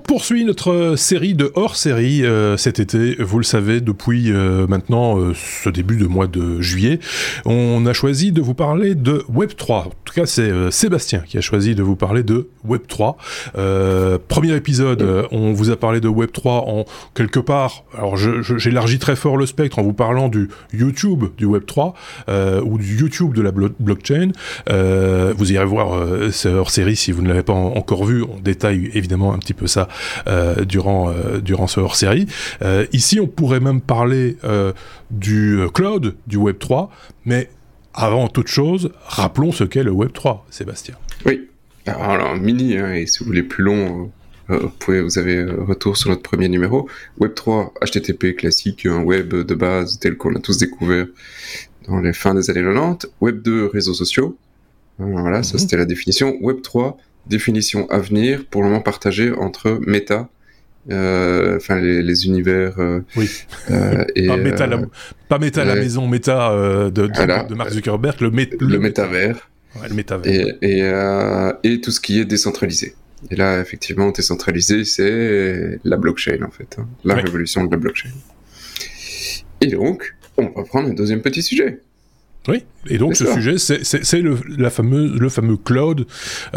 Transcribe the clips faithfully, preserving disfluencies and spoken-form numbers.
poursuit notre série de hors-série euh, cet été, vous le savez, depuis euh, maintenant euh, ce début de mois de juillet. On a choisi de vous parler de Web trois. En tout cas, c'est euh, Sébastien qui a choisi de vous parler de Web trois. Euh, premier épisode, euh, on vous a parlé de Web trois en quelque part, alors je, je, j'élargis très fort le spectre en vous parlant du YouTube du Web trois euh, ou du YouTube de la blo- blockchain. Euh, vous irez voir euh, ce hors-série si vous ne l'avez pas en- encore vu. On détaille évidemment un petit peu ça Euh, durant, euh, durant ce hors-série. Euh, ici, on pourrait même parler euh, du cloud du Web trois, mais avant toute chose, rappelons ce qu'est le Web trois, Sébastien. Oui, alors, alors mini, hein, et si vous voulez plus long, euh, vous, pouvez, vous avez euh, retour sur notre premier numéro. Web trois, H T T P classique, un web de base tel qu'on a tous découvert dans les fins des années quatre-vingt-dix. Web deux, réseaux sociaux. Voilà, mm-hmm. Ça c'était la définition. Web trois, définition à venir, pour le moment partagée entre Meta, euh, enfin les, les univers. Euh, oui. Euh, et, pas Meta, la, pas Meta euh, la maison Meta euh, de, de, voilà, de Mark Zuckerberg, le, mé- le, le métavers. Ouais, le métavers. Et, et, euh, et tout ce qui est décentralisé. Et là, effectivement, décentralisé, c'est la blockchain, en fait. Hein, la oui. révolution de la blockchain. Et donc, on va prendre un deuxième petit sujet. Oui, et donc c'est ce ça. sujet, c'est, c'est, c'est le, la fameuse, le fameux cloud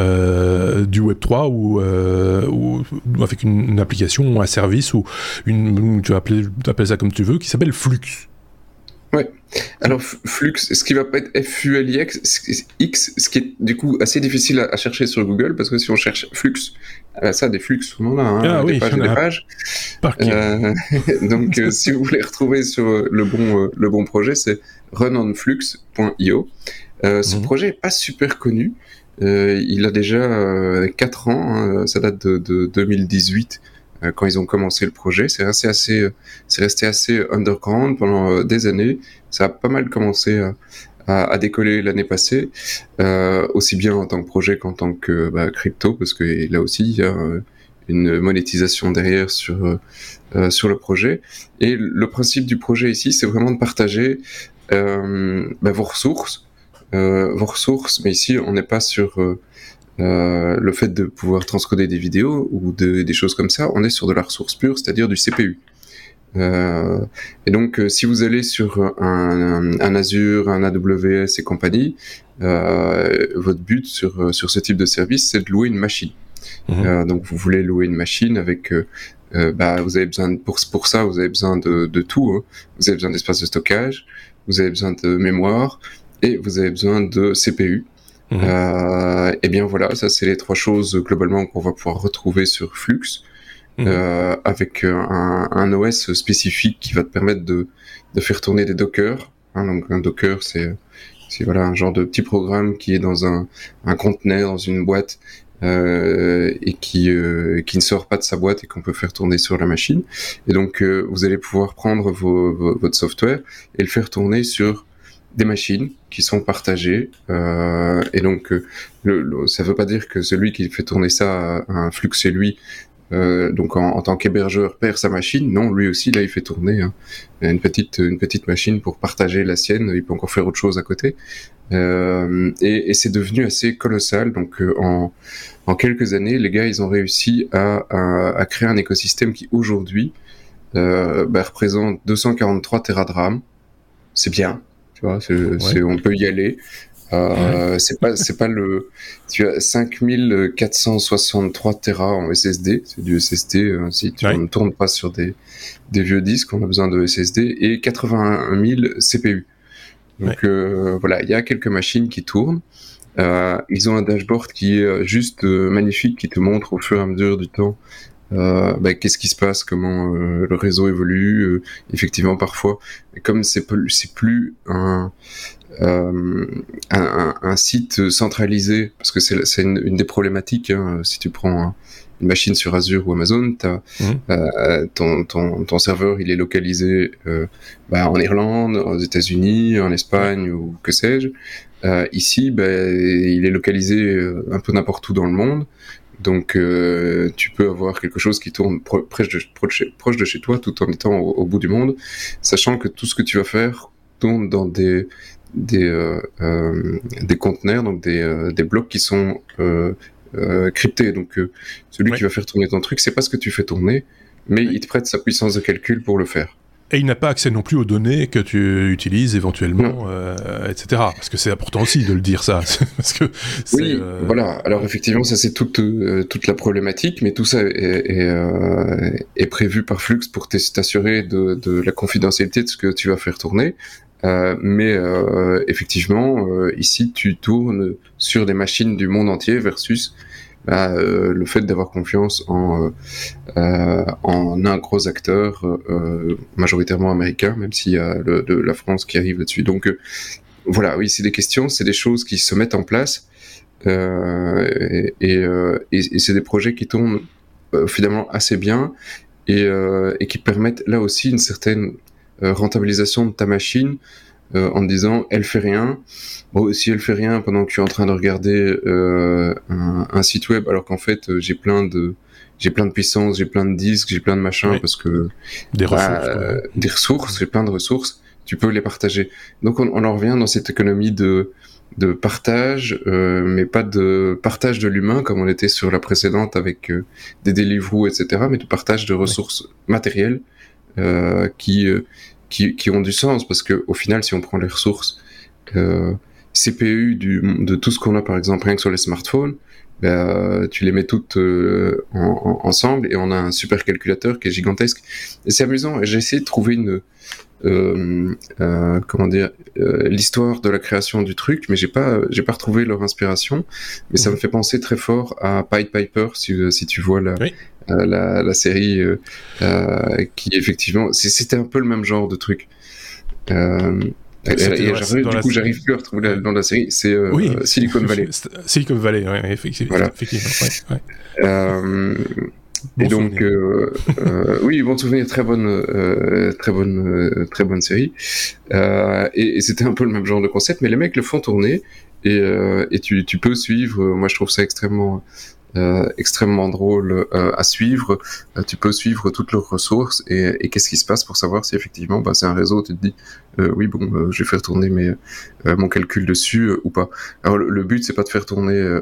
euh, du Web trois, ou, euh, ou avec une, une application ou un service, ou une, tu vas appeler, tu appelles ça comme tu veux, qui s'appelle Flux. Ouais. Alors Flux, ce qui va pas être F U L I X, X, ce qui est du coup assez difficile à, à chercher sur Google, parce que si on cherche Flux, ah, ça des flux, on en a, hein, ah, des oui, pages et des pages. Euh, donc euh, si vous voulez retrouver sur le bon, euh, le bon projet, c'est run on flux point i o. Euh, ce mm-hmm. projet est pas super connu. Euh, il a déjà euh, quatre ans, hein, ça date de, de deux mille dix-huit. Quand ils ont commencé le projet, c'est resté assez, c'est resté assez underground pendant des années. Ça a pas mal commencé à, à, à décoller l'année passée, euh, aussi bien en tant que projet qu'en tant que bah, crypto, parce que là aussi il y a une monétisation derrière sur euh, sur le projet. Et le principe du projet ici, c'est vraiment de partager euh, bah, vos ressources, euh, vos ressources. Mais ici, on n'est pas sur euh, Euh, le fait de pouvoir transcoder des vidéos ou de, des choses comme ça, on est sur de la ressource pure, c'est-à-dire du C P U. Euh, et donc, euh, si vous allez sur un, un, un Azure, un A W S et compagnie, euh, votre but sur, sur ce type de service, c'est de louer une machine. Mmh. Euh, donc, vous voulez louer une machine avec... Euh, euh, bah, vous avez besoin de, pour, pour ça, vous avez besoin de, de tout. Hein. Vous avez besoin d'espace de stockage, vous avez besoin de mémoire et vous avez besoin de C P U. Mmh. Euh, et bien voilà, ça c'est les trois choses globalement qu'on va pouvoir retrouver sur Flux, mmh. euh, avec un, un O S spécifique qui va te permettre de, de faire tourner des Docker. Hein, donc un Docker, c'est, c'est voilà un genre de petit programme qui est dans un, un conteneur, dans une boîte, euh, et qui, euh, qui ne sort pas de sa boîte et qu'on peut faire tourner sur la machine. Et donc euh, vous allez pouvoir prendre vos, vos, votre software et le faire tourner sur des machines qui sont partagées, euh, et donc euh, le, le, ça veut pas dire que celui qui fait tourner ça à, à un flux chez lui, euh, donc en, en tant qu'hébergeur, perd sa machine. Non, lui aussi là il fait tourner hein, une petite une petite machine pour partager la sienne. Il peut encore faire autre chose à côté, euh, et, et c'est devenu assez colossal. Donc euh, en en quelques années, les gars ils ont réussi à à, à créer un écosystème qui aujourd'hui euh, bah, représente deux cent quarante-trois téra de RAM. C'est bien. Tu vois, c'est, ouais. c'est, on peut y aller. Euh, ouais. C'est pas, c'est pas le. Tu as cinq mille quatre cent soixante-trois téra en S S D, c'est du S S D. Hein, si tu ouais. ne tournes pas sur des des vieux disques, on a besoin de S S D et quatre-vingt-un mille C P U. Donc ouais. euh, voilà, il y a quelques machines qui tournent. Euh, ils ont un dashboard qui est juste euh, magnifique, qui te montre au fur et à mesure du temps. Euh, bah, qu'est-ce qui se passe, comment euh, le réseau évolue, euh, effectivement parfois, mais comme c'est, c'est plus un, euh, un, un site centralisé, parce que c'est, c'est une, une des problématiques, hein, si tu prends un, une machine sur Azure ou Amazon, t'as, mmh. euh, ton, ton, ton serveur il est localisé euh, bah, en Irlande, aux États-Unis, en Espagne ou que sais-je. Euh, ici, bah, il est localisé euh, un peu n'importe où dans le monde. Donc, euh, tu peux avoir quelque chose qui tourne pro- proche, de, proche, proche de chez toi, tout en étant au, au bout du monde, sachant que tout ce que tu vas faire tourne dans des des euh, euh, des conteneurs, donc des euh, des blocs qui sont euh, euh, crypté. Donc euh, celui ouais. qui va faire tourner ton truc, c'est pas ce que tu fais tourner, mais ouais. il te prête sa puissance de calcul pour le faire. Et il n'a pas accès non plus aux données que tu utilises éventuellement, euh, et cetera. Parce que c'est important aussi de le dire, ça. Parce que c'est, oui, euh... voilà. Alors effectivement, ça c'est toute, euh, toute la problématique, mais tout ça est, est, euh, est prévu par Flux pour t'assurer de, de la confidentialité de ce que tu vas faire tourner. Euh, mais euh, effectivement, euh, ici, tu tournes sur des machines du monde entier versus bah, euh, le fait d'avoir confiance en, euh, en un gros acteur, euh, majoritairement américain, même s'il y a le, de la France qui arrive là-dessus. Donc euh, voilà, oui, c'est des questions, c'est des choses qui se mettent en place, euh, et, et, euh, et, et c'est des projets qui tournent euh, finalement assez bien et, euh, et qui permettent là aussi une certaine euh, rentabilisation de ta machine. Euh, en te disant elle fait rien, bon, si elle fait rien pendant que tu es en train de regarder euh, un, un site web, alors qu'en fait euh, j'ai plein de j'ai plein de puissance, j'ai plein de disques, j'ai plein de machins, oui. parce que des bah, ressources, euh, des ressources, j'ai plein de ressources, tu peux les partager. Donc on, on en revient dans cette économie de de partage, euh, mais pas de partage de l'humain comme on était sur la précédente avec euh, des Deliveroo, et cetera, mais de partage de ressources oui. matérielles euh, qui euh, Qui, qui ont du sens, parce que au final, si on prend les ressources euh, C P U du, de tout ce qu'on a, par exemple, rien que sur les smartphones, ben, tu les mets toutes euh, en, en, ensemble et on a un supercalculateur qui est gigantesque. Et c'est amusant. J'ai essayé de trouver une euh, euh, comment dire euh, l'histoire de la création du truc, mais j'ai pas j'ai pas retrouvé leur inspiration. Mais mmh. ça me fait penser très fort à Pied Piper, si si tu vois la oui. euh, la, la série euh, euh, qui effectivement c'était un peu le même genre de truc. Euh, Et, et la, du coup, j'arrive série. plus à retrouver dans la série. C'est euh, oui. Silicon Valley. Silicon Valley, oui, effectivement. Voilà. effectivement ouais, ouais. Euh, bon et donc, euh, euh, oui, bon souvenir, très bonne, euh, très bonne, euh, très bonne série. Euh, et, et c'était un peu le même genre de concept, mais les mecs le font tourner et, euh, et tu, tu peux suivre. Moi, je trouve ça extrêmement. Euh, extrêmement drôle euh, à suivre. Euh, tu peux suivre toutes leurs ressources et, et qu'est-ce qui se passe pour savoir si effectivement bah, c'est un réseau, tu te dis euh, oui bon euh, je vais faire tourner mes, euh, mon calcul dessus euh, ou pas. Alors le, le but c'est pas de faire tourner euh,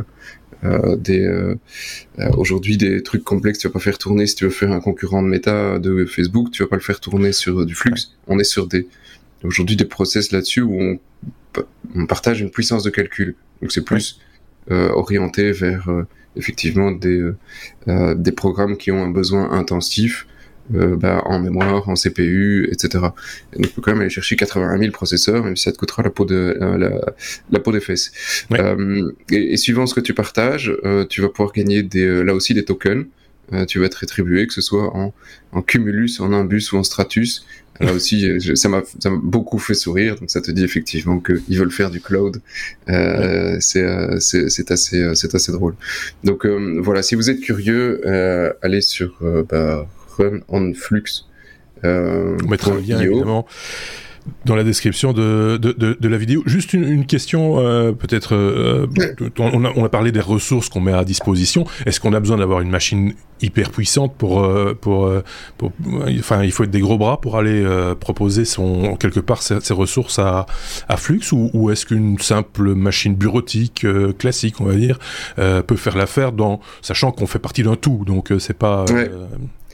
euh, des euh, aujourd'hui des trucs complexes, tu vas pas faire tourner si tu veux faire un concurrent de Meta de Facebook, tu vas pas le faire tourner sur du flux. On est sur des aujourd'hui des process là-dessus où on, on partage une puissance de calcul, donc c'est plus euh, orienté vers euh, effectivement des, euh, des programmes qui ont un besoin intensif euh, bah, en mémoire, en C P U, et cetera. Et donc, on peut quand même aller chercher quatre-vingt-un mille processeurs, même si ça te coûtera la peau, de, euh, la, la peau des fesses. Ouais. Euh, et, et suivant ce que tu partages, euh, tu vas pouvoir gagner des, euh, là aussi des tokens. Euh, tu vas être rétribué, que ce soit en, en Cumulus, en Nimbus ou en Stratus. Là aussi, je, ça, m'a, ça m'a beaucoup fait sourire, donc ça te dit effectivement qu'ils veulent faire du cloud. Euh, ouais. c'est, c'est, c'est, assez, c'est assez drôle. Donc euh, voilà, si vous êtes curieux, euh, allez sur euh, bah, Run on Flux. Euh, On mettra le lien évidemment dans la description de, de, de, de la vidéo. Juste une, une question, euh, peut-être, euh, on, a, on a parlé des ressources qu'on met à disposition. Est-ce qu'on a besoin d'avoir une machine hyper puissante pour, euh, pour, pour, pour, enfin, il faut être des gros bras pour aller euh, proposer son, quelque part ses, ses ressources à, à Flux, ou, ou est-ce qu'une simple machine bureautique euh, classique, on va dire, euh, peut faire l'affaire, dans, sachant qu'on fait partie d'un tout, donc euh, c'est pas... Ouais. Euh,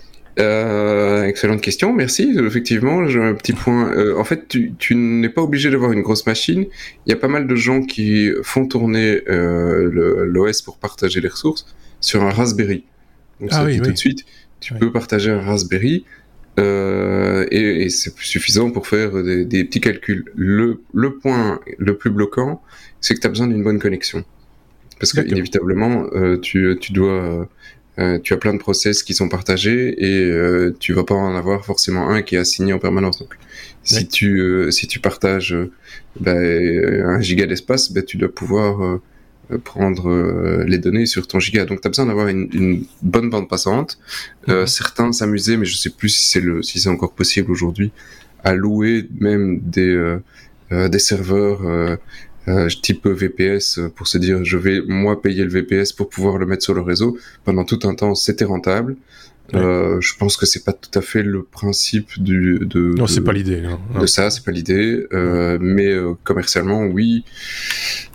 Euh, excellente question, merci. Effectivement, j'ai un petit point. Euh, en fait, tu, tu n'es pas obligé d'avoir une grosse machine. Il y a pas mal de gens qui font tourner euh, le, l'O S pour partager les ressources sur un Raspberry. Donc, ah ça oui, dit oui. tout de suite, tu oui. peux partager un Raspberry euh, et, et c'est suffisant pour faire des, des petits calculs. Le, le point le plus bloquant, c'est que tu as besoin d'une bonne connexion. Parce que, inévitablement, euh, tu, tu dois... Euh, tu as plein de process qui sont partagés et euh, tu vas pas en avoir forcément un qui est assigné en permanence. Donc, si oui. tu euh, si tu partages euh, bah, un giga d'espace, bah, tu dois pouvoir euh, prendre euh, les données sur ton giga. Donc, tu as besoin d'avoir une, une bonne bande passante. Euh, mmh. Certains s'amusaient, mais je sais plus si c'est le si c'est encore possible aujourd'hui, à louer même des euh, euh, des serveurs. Euh, Euh, type V P S pour se dire je vais moi payer le V P S pour pouvoir le mettre sur le réseau. Pendant tout un temps c'était rentable. Ouais. Euh, je pense que c'est pas tout à fait le principe du de non de, c'est pas l'idée non. de ça c'est pas l'idée euh, mais euh, commercialement oui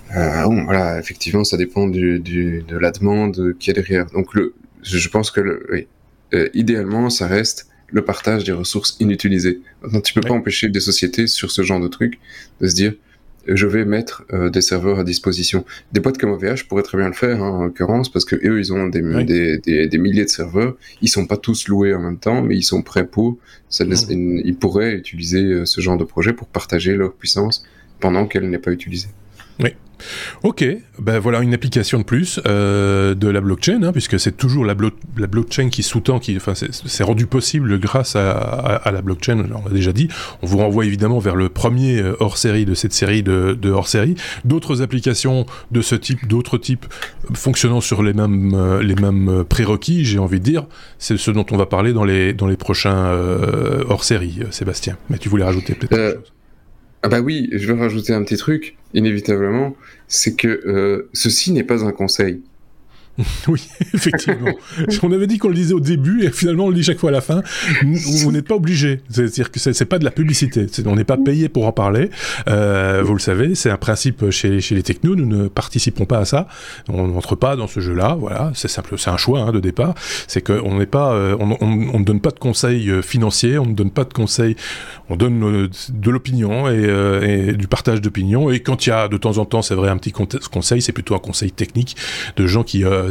Euh, bon, voilà, effectivement, ça dépend du, du, de la demande qu'il y a derrière. Donc, le, je pense que, le, oui, euh, idéalement, ça reste le partage des ressources inutilisées. Maintenant, tu peux ouais. pas empêcher des sociétés sur ce genre de truc de se dire, je vais mettre euh, des serveurs à disposition. Des boîtes comme O V H pourraient très bien le faire, hein, en l'occurrence, parce que eux, ils ont des, oui. des, des, des milliers de serveurs. Ils sont pas tous loués en même temps, mais ils sont prêts pour. Ça, mmh. ils, ils pourraient utiliser ce genre de projet pour partager leur puissance pendant qu'elle n'est pas utilisée. Oui. Ok, ben voilà une application de plus euh, de la blockchain, hein, puisque c'est toujours la, blo- la blockchain qui sous-tend, qui, enfin, c'est, c'est rendu possible grâce à, à, à la blockchain, on l'a déjà dit. On vous renvoie évidemment vers le premier hors-série de cette série de, de hors-série. D'autres applications de ce type, d'autres types, fonctionnant sur les mêmes, euh, les mêmes prérequis, j'ai envie de dire, c'est ce dont on va parler dans les, dans les prochains euh, hors-série, Sébastien. Mais tu voulais rajouter peut-être euh... quelque chose. Ah bah oui, je vais rajouter un petit truc, inévitablement, c'est que euh, ceci n'est pas un conseil. Oui, effectivement. On avait dit qu'on le disait au début et finalement on le dit chaque fois à la fin. Vous n'êtes pas obligé. C'est-à-dire que c'est, c'est pas de la publicité. C'est, on n'est pas payé pour en parler. Euh, vous le savez, c'est un principe chez, chez les technos. Nous ne participons pas à ça. On n'entre pas dans ce jeu-là. Voilà, c'est simple. C'est un choix hein, de départ. C'est qu'on n'est pas, euh, on, on, on ne donne pas de conseils financiers. On ne donne pas de conseils. On donne euh, de l'opinion et, euh, et du partage d'opinion. Et quand il y a de temps en temps, c'est vrai, un petit conseil, c'est plutôt un conseil technique de gens qui euh,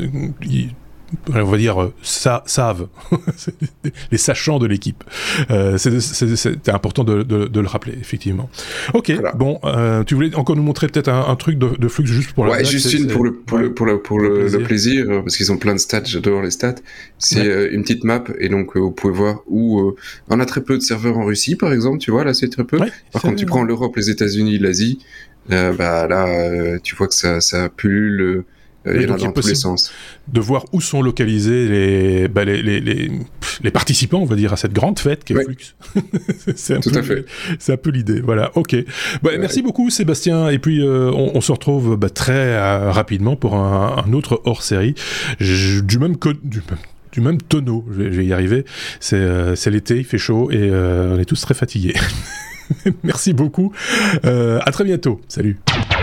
on va dire ça, savent les sachants de l'équipe. Euh, c'est, c'est, c'est important de, de, de le rappeler effectivement. Ok, voilà. Bon, euh, tu voulais encore nous montrer peut-être un, un truc de, de Flux juste pour la ouais, blague, juste une pour le pour le pour le pour le, le, plaisir. le plaisir parce qu'ils ont plein de stats. J'adore les stats. C'est ouais. euh, une petite map et donc euh, vous pouvez voir où euh, on a très peu de serveurs en Russie par exemple. Tu vois là c'est très peu. Ouais, par contre tu prends l'Europe, les États-Unis, l'Asie, euh, bah là euh, tu vois que ça ça pullule. Euh, Il y en a dans tous les sens. De voir où sont localisés les, bah les, les, les, les participants, on va dire, à cette grande fête qu'est ouais. Flux. c'est un Tout peu, à fait. C'est un peu l'idée. Voilà, ok. Bah, ouais. Merci beaucoup, Sébastien. Et puis, euh, on, on se retrouve bah, très euh, rapidement pour un, un autre hors-série. Je, du même code. Du même du même tonneau, je vais, je vais y arriver. C'est, euh, c'est l'été, il fait chaud et euh, on est tous très fatigués. Merci beaucoup. Euh, à très bientôt. Salut.